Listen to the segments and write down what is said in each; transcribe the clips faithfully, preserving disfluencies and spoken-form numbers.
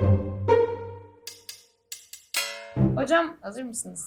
Hocam hazır mısınız?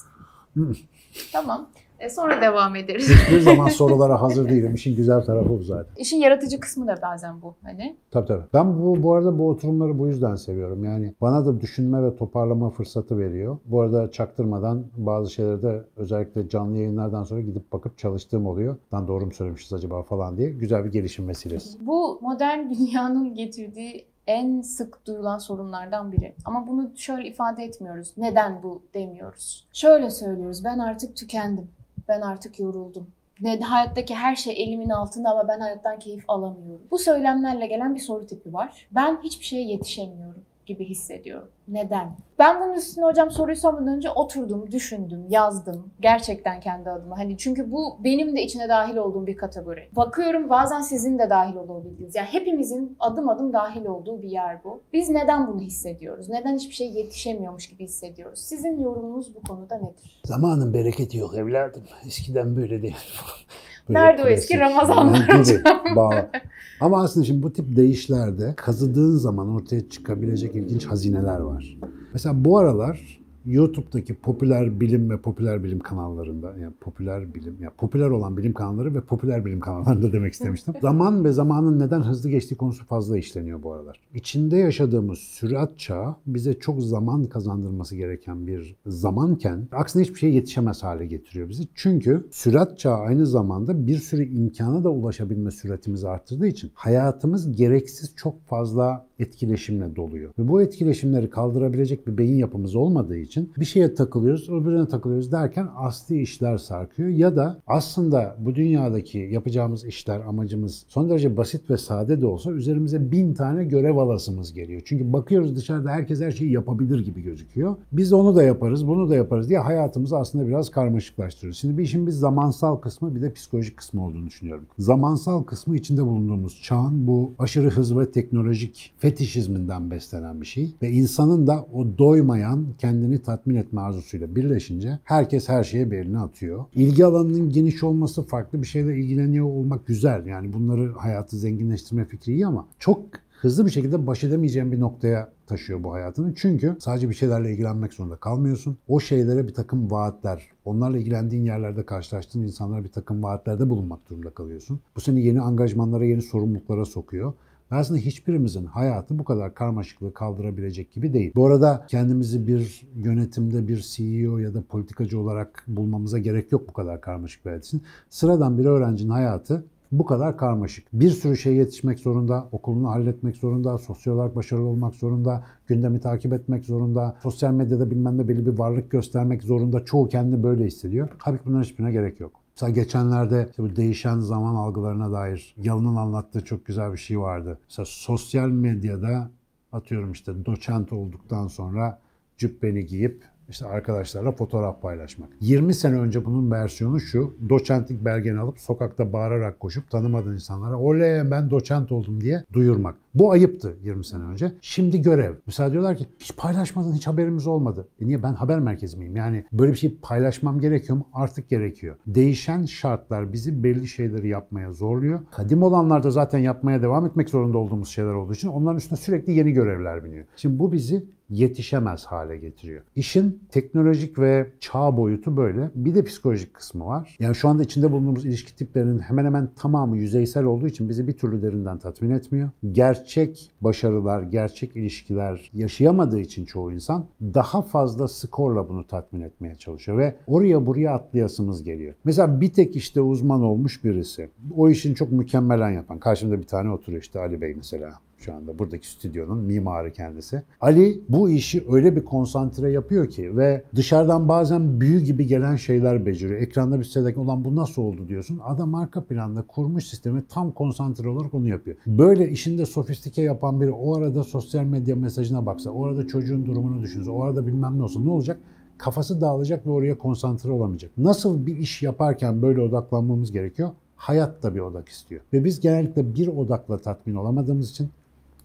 Tamam. E, sonra devam ederiz. Hiçbir zaman sorulara hazır değilim. İşin güzel tarafı bu zaten. İşin yaratıcı kısmı da bazen bu. Hani Tabii tabii. Ben bu, bu arada bu oturumları bu yüzden seviyorum. Yani bana da düşünme ve toparlama fırsatı veriyor. Bu arada çaktırmadan bazı şeyleri de özellikle canlı yayınlardan sonra gidip bakıp çalıştığım oluyor. Lan doğru mu söylemişiz acaba falan diye. Güzel bir gelişim vesilesi. bu modern dünyanın getirdiği en sık duyulan sorunlardan biri. Ama bunu şöyle ifade etmiyoruz. Neden bu demiyoruz. Şöyle söylüyoruz. Ben artık tükendim. Ben artık yoruldum. Ne, hayattaki her şey elimin altında ama ben hayattan keyif alamıyorum. Bu söylemlerle gelen bir soru tipi var. Ben hiçbir şeye yetişemiyorum gibi hissediyorum. Neden? Ben bunun üstüne hocam soruyu sormadan önce oturdum, düşündüm, yazdım. Gerçekten kendi adıma. Hani çünkü bu benim de içine dahil olduğum bir kategori. Bakıyorum bazen sizin de dahil olabildiğiniz. Yani hepimizin adım adım dahil olduğu bir yer bu. Biz neden bunu hissediyoruz? Neden hiçbir şey yetişemiyormuş gibi hissediyoruz? Sizin yorumunuz bu konuda nedir? Zamanın bereketi yok evladım. Eskiden böyle değil. Böyle Nerede o eski klasik. Ramazanlar Gibi, hocam? bağlı. Ama aslında şimdi bu tip deyişlerde kazıdığın zaman ortaya çıkabilecek ilginç hazineler var. Mesela bu aralar YouTube'daki popüler bilim ve popüler bilim kanallarında, yani popüler bilim, yani popüler olan bilim kanalları ve popüler bilim kanallarında demek istemiştim. Zaman ve zamanın neden hızlı geçtiği konusu fazla işleniyor bu aralar. İçinde yaşadığımız sürat çağı bize çok zaman kazandırması gereken bir zamanken aksine hiçbir şeye yetişemez hale getiriyor bizi. Çünkü sürat çağı aynı zamanda bir sürü imkana da ulaşabilme süratimizi arttırdığı için hayatımız gereksiz çok fazla etkileşimle doluyor. Ve bu etkileşimleri kaldırabilecek bir beyin yapımız olmadığı için bir şeye takılıyoruz, öbürüne takılıyoruz derken asli işler sarkıyor. Ya da aslında bu dünyadaki yapacağımız işler, amacımız son derece basit ve sade de olsa üzerimize bin tane görev alasımız geliyor. Çünkü bakıyoruz dışarıda herkes her şeyi yapabilir gibi gözüküyor. Biz onu da yaparız, bunu da yaparız diye hayatımızı aslında biraz karmaşıklaştırıyoruz. Şimdi bir işin bir zamansal kısmı bir de psikolojik kısmı olduğunu düşünüyorum. Zamansal kısmı içinde bulunduğumuz çağın bu aşırı hız ve teknolojik fetişizminden beslenen bir şey. Ve insanın da o doymayan, kendini tatmin etme arzusuyla birleşince herkes her şeye bir elini atıyor. İlgi alanının geniş olması, farklı bir şeyle ilgileniyor olmak güzel. Yani bunları hayatı zenginleştirme fikri iyi ama çok hızlı bir şekilde baş edemeyeceğin bir noktaya taşıyor bu hayatını. Çünkü sadece bir şeylerle ilgilenmek zorunda kalmıyorsun. O şeylere bir takım vaatler, onlarla ilgilendiğin yerlerde karşılaştığın insanlara bir takım vaatlerde bulunmak durumunda kalıyorsun. Bu seni yeni angajmanlara, yeni sorumluluklara sokuyor. Aslında hiçbirimizin hayatı bu kadar karmaşıklığı kaldırabilecek gibi değil. Bu arada kendimizi bir yönetimde bir C E O ya da politikacı olarak bulmamıza gerek yok bu kadar karmaşık bir hayat için. Sıradan bir öğrencinin hayatı bu kadar karmaşık. Bir sürü şeye yetişmek zorunda, okulunu halletmek zorunda, sosyal olarak başarılı olmak zorunda, gündemi takip etmek zorunda, sosyal medyada bilmem ne belli bir varlık göstermek zorunda. Çoğu kendini böyle hissediyor. Halbuki bunların hiçbirine gerek yok. Mesela geçenlerde işte bu değişen zaman algılarına dair Yalın'ın anlattığı çok güzel bir şey vardı. Mesela sosyal medyada atıyorum işte doçent olduktan sonra cübbeni giyip işte arkadaşlarla fotoğraf paylaşmak. yirmi sene önce bunun versiyonu şu: doçentlik belgeni alıp sokakta bağırarak koşup tanımadığın insanlara oley ben doçent oldum diye duyurmak. Bu ayıptı yirmi sene önce. Şimdi görev. Mesela diyorlar ki hiç paylaşmadın, hiç haberimiz olmadı. E niye, ben haber merkezi miyim? Yani böyle bir şey paylaşmam gerekiyor mu? Artık gerekiyor. Değişen şartlar bizi belli şeyleri yapmaya zorluyor. Kadim olanlarda zaten yapmaya devam etmek zorunda olduğumuz şeyler olduğu için onların üstüne sürekli yeni görevler biniyor. Şimdi bu bizi yetişemez hale getiriyor. İşin teknolojik ve çağ boyutu böyle. Bir de psikolojik kısmı var. Yani şu anda içinde bulunduğumuz ilişki tiplerinin hemen hemen tamamı yüzeysel olduğu için bizi bir türlü derinden tatmin etmiyor. Gerçek başarılar, gerçek ilişkiler yaşayamadığı için çoğu insan daha fazla skorla bunu tatmin etmeye çalışıyor ve oraya buraya atlayasımız geliyor. Mesela bir tek işte uzman olmuş birisi, o işini çok mükemmelen yapan, karşımda bir tane oturuyor işte Ali Bey mesela. Şu anda buradaki stüdyonun mimarı kendisi. Ali bu işi öyle bir konsantre yapıyor ki ve dışarıdan bazen büyü gibi gelen şeyler beceriyor. Ekranda bir sitedeki olan bu nasıl oldu diyorsun. Adam arka planda kurmuş sistemi tam konsantre olarak onu yapıyor. Böyle işinde sofistike yapan biri o arada sosyal medya mesajına baksa, o arada çocuğun durumunu düşünse, o arada bilmem ne olsa ne olacak? Kafası dağılacak ve oraya konsantre olamayacak. Nasıl bir iş yaparken böyle odaklanmamız gerekiyor? Hayat da bir odak istiyor. Ve biz genellikle bir odakla tatmin olamadığımız için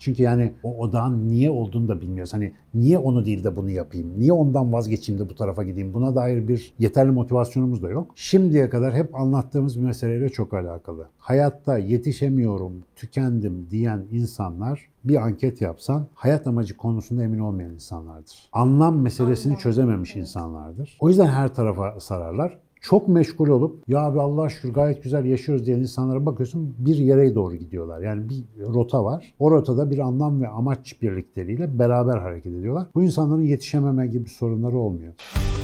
Çünkü yani o odağın niye olduğunu da bilmiyoruz. Hani niye onu değil de bunu yapayım? Niye ondan vazgeçeyim de bu tarafa gideyim? Buna dair bir yeterli motivasyonumuz da yok. Şimdiye kadar hep anlattığımız bir meseleyle çok alakalı. Hayatta yetişemiyorum, tükendim diyen insanlar bir anket yapsan hayat amacı konusunda emin olmayan insanlardır. Anlam meselesini çözememiş insanlardır. O yüzden her tarafa sararlar. Çok meşgul olup ya abi Allah'a şükür gayet güzel yaşıyoruz diyen insanlara bakıyorsun bir yere doğru gidiyorlar. Yani bir rota var. O rotada bir anlam ve amaç birlikleriyle beraber hareket ediyorlar. Bu insanların yetişememe gibi sorunları olmuyor.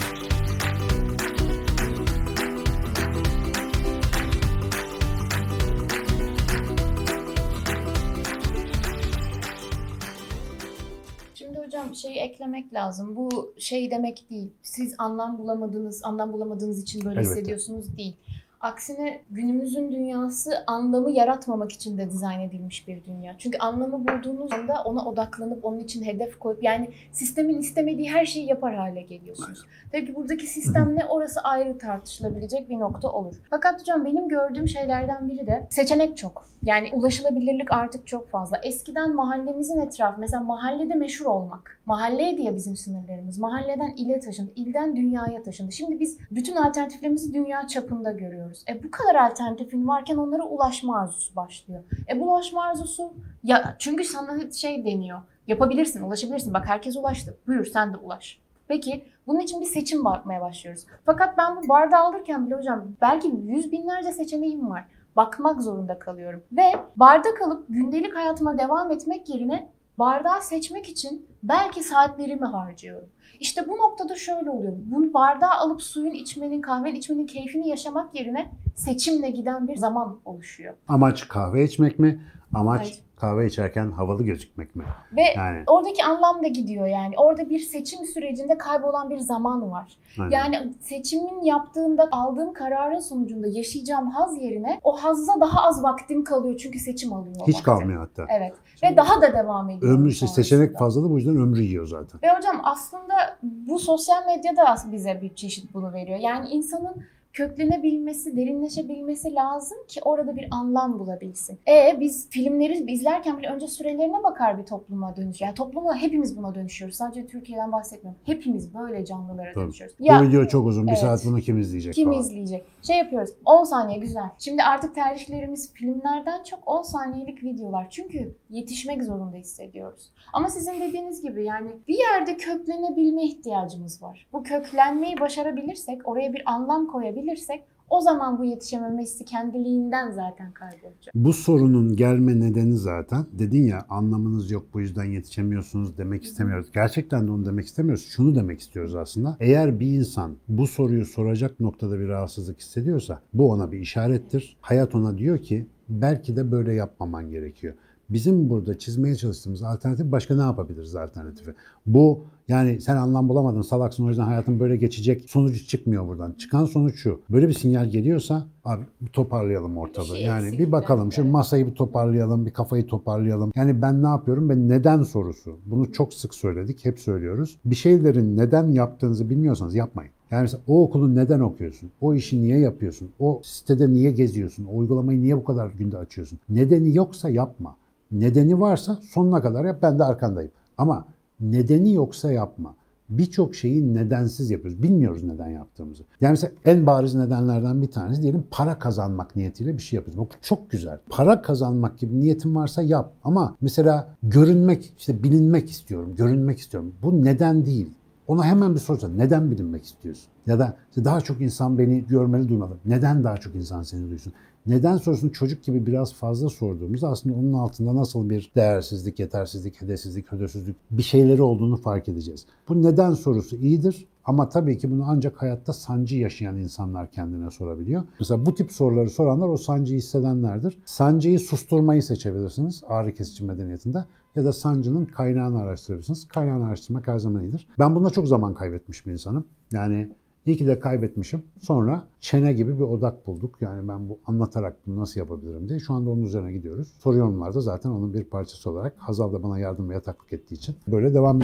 Şimdi hocam şeyi eklemek lazım. Bu şey demek değil. Siz anlam bulamadınız, anlam bulamadığınız için böyle Elbette. hissediyorsunuz değil. Aksine günümüzün dünyası anlamı yaratmamak için de dizayn edilmiş bir dünya. Çünkü anlamı bulduğunuz anda ona odaklanıp onun için hedef koyup yani sistemin istemediği her şeyi yapar hale geliyorsunuz. Tabii ki buradaki sistem ne orası ayrı tartışılabilecek bir nokta olur. Fakat hocam benim gördüğüm şeylerden biri de seçenek çok. Yani ulaşılabilirlik artık çok fazla. Eskiden mahallemizin etrafı, mesela mahallede meşhur olmak. Mahalleydi ya bizim sınırlarımız. Mahalleden ile taşındı, ilden dünyaya taşındı. Şimdi biz bütün alternatiflerimizi dünya çapında görüyoruz. E bu kadar alternatifin varken onlara ulaşma arzusu başlıyor. E bu ulaşma arzusu, ya çünkü sana şey deniyor. Yapabilirsin, ulaşabilirsin. Bak herkes ulaştı. Buyur sen de ulaş. Peki bunun için bir seçim bakmaya başlıyoruz. Fakat ben bu bardağı alırken bile hocam belki yüz binlerce seçeneğim var. Bakmak zorunda kalıyorum. Ve barda kalıp gündelik hayatıma devam etmek yerine bardağı seçmek için belki saatlerimi harcıyorum. İşte bu noktada şöyle oluyor. Bu bardağı alıp suyun içmenin, kahvenin içmenin keyfini yaşamak yerine seçimle giden bir zaman oluşuyor. Amaç kahve içmek mi? Amaç Evet. kahve içerken havalı gözükmek mi? Ve Yani. oradaki anlam da gidiyor yani. Orada bir seçim sürecinde kaybolan bir zaman var. Aynen. Yani seçimin yaptığımda aldığım kararın sonucunda yaşayacağım haz yerine o hazza daha az vaktim kalıyor çünkü seçim alıyor. o Hiç vakti. kalmıyor hatta. Evet. Ve daha da devam ediyor. Ömrü işte sonrasında. seçenek fazlalığı bu yüzden ömrü yiyor zaten. Ve hocam aslında bu sosyal medyada bize bir çeşit bunu veriyor. Yani insanın köklenebilmesi, derinleşebilmesi lazım ki orada bir anlam bulabilsin. E biz filmleri izlerken bile önce sürelerine bakar bir topluma dönüş. Yani topluma hepimiz buna dönüşüyoruz. Sadece Türkiye'den bahsetmiyorum. Hepimiz böyle canlılara Tabii. dönüşüyoruz. Bu video çok uzun. Bir evet. saat bunu kim izleyecek Kim falan. izleyecek? Şey yapıyoruz. on saniye güzel. Şimdi artık tercihlerimiz filmlerden çok on saniyelik videolar. Çünkü yetişmek zorunda hissediyoruz. Ama sizin dediğiniz gibi yani bir yerde köklenebilme ihtiyacımız var. Bu köklenmeyi başarabilirsek, oraya bir anlam koyabilirsek o zaman bu yetişememe hissi kendiliğinden zaten kaybolacak. Bu sorunun gelme nedeni zaten dedin ya anlamınız yok bu yüzden yetişemiyorsunuz demek istemiyoruz. Gerçekten de onu demek istemiyoruz. Şunu demek istiyoruz aslında. Eğer bir insan bu soruyu soracak noktada bir rahatsızlık hissediyorsa bu ona bir işarettir. Hayat ona diyor ki belki de böyle yapmaman gerekiyor. Bizim burada çizmeye çalıştığımız alternatif başka ne yapabiliriz alternatifi? Bu yani sen anlam bulamadın salaksın o yüzden hayatın böyle geçecek sonucu çıkmıyor buradan. Çıkan sonuç şu. Böyle bir sinyal geliyorsa abi bir toparlayalım ortalığı. Bir şey yani eksik bir bakalım şu evet. masayı bir toparlayalım, bir kafayı toparlayalım. Yani ben ne yapıyorum ve neden sorusu. Bunu çok sık söyledik, hep söylüyoruz. Bir şeylerin neden yaptığınızı bilmiyorsanız yapmayın. Yani mesela o okulu neden okuyorsun? O işi niye yapıyorsun? O sitede niye geziyorsun? O uygulamayı niye bu kadar günde açıyorsun? Nedeni yoksa yapma. Nedeni varsa sonuna kadar yap, ben de arkandayım. Ama nedeni yoksa yapma. Birçok şeyi nedensiz yapıyoruz. Bilmiyoruz neden yaptığımızı. Yani mesela en bariz nedenlerden bir tanesi diyelim para kazanmak niyetiyle bir şey yapıyoruz. Bu çok güzel. Para kazanmak gibi niyetin varsa yap. Ama mesela görünmek, işte bilinmek istiyorum, görünmek istiyorum. Bu neden değil. Ona hemen bir sorsa neden bilinmek istiyorsun? Ya da işte daha çok insan beni görmeli, duymalı. Neden daha çok insan seni duysun? Neden sorusunu çocuk gibi biraz fazla sorduğumuzda aslında onun altında nasıl bir değersizlik, yetersizlik, hedefsizlik, hödösüzlük bir şeyleri olduğunu fark edeceğiz. Bu neden sorusu iyidir ama tabii ki bunu ancak hayatta sancı yaşayan insanlar kendine sorabiliyor. Mesela bu tip soruları soranlar o sancıyı hissedenlerdir. Sancıyı susturmayı seçebilirsiniz ağrı kesici medeniyetinde ya da sancının kaynağını araştırırsınız. Kaynağını araştırmak her zaman iyidir. Ben bunda çok zaman kaybetmiş bir insanım. Yani İyi ki de kaybetmişim. Sonra çene gibi bir odak bulduk. Yani ben bu anlatarak bunu nasıl yapabilirim diye. Şu anda onun üzerine gidiyoruz. Soru yorumlarda zaten onun bir parçası olarak Hazal da bana yardım ve yataklık ettiği için böyle devam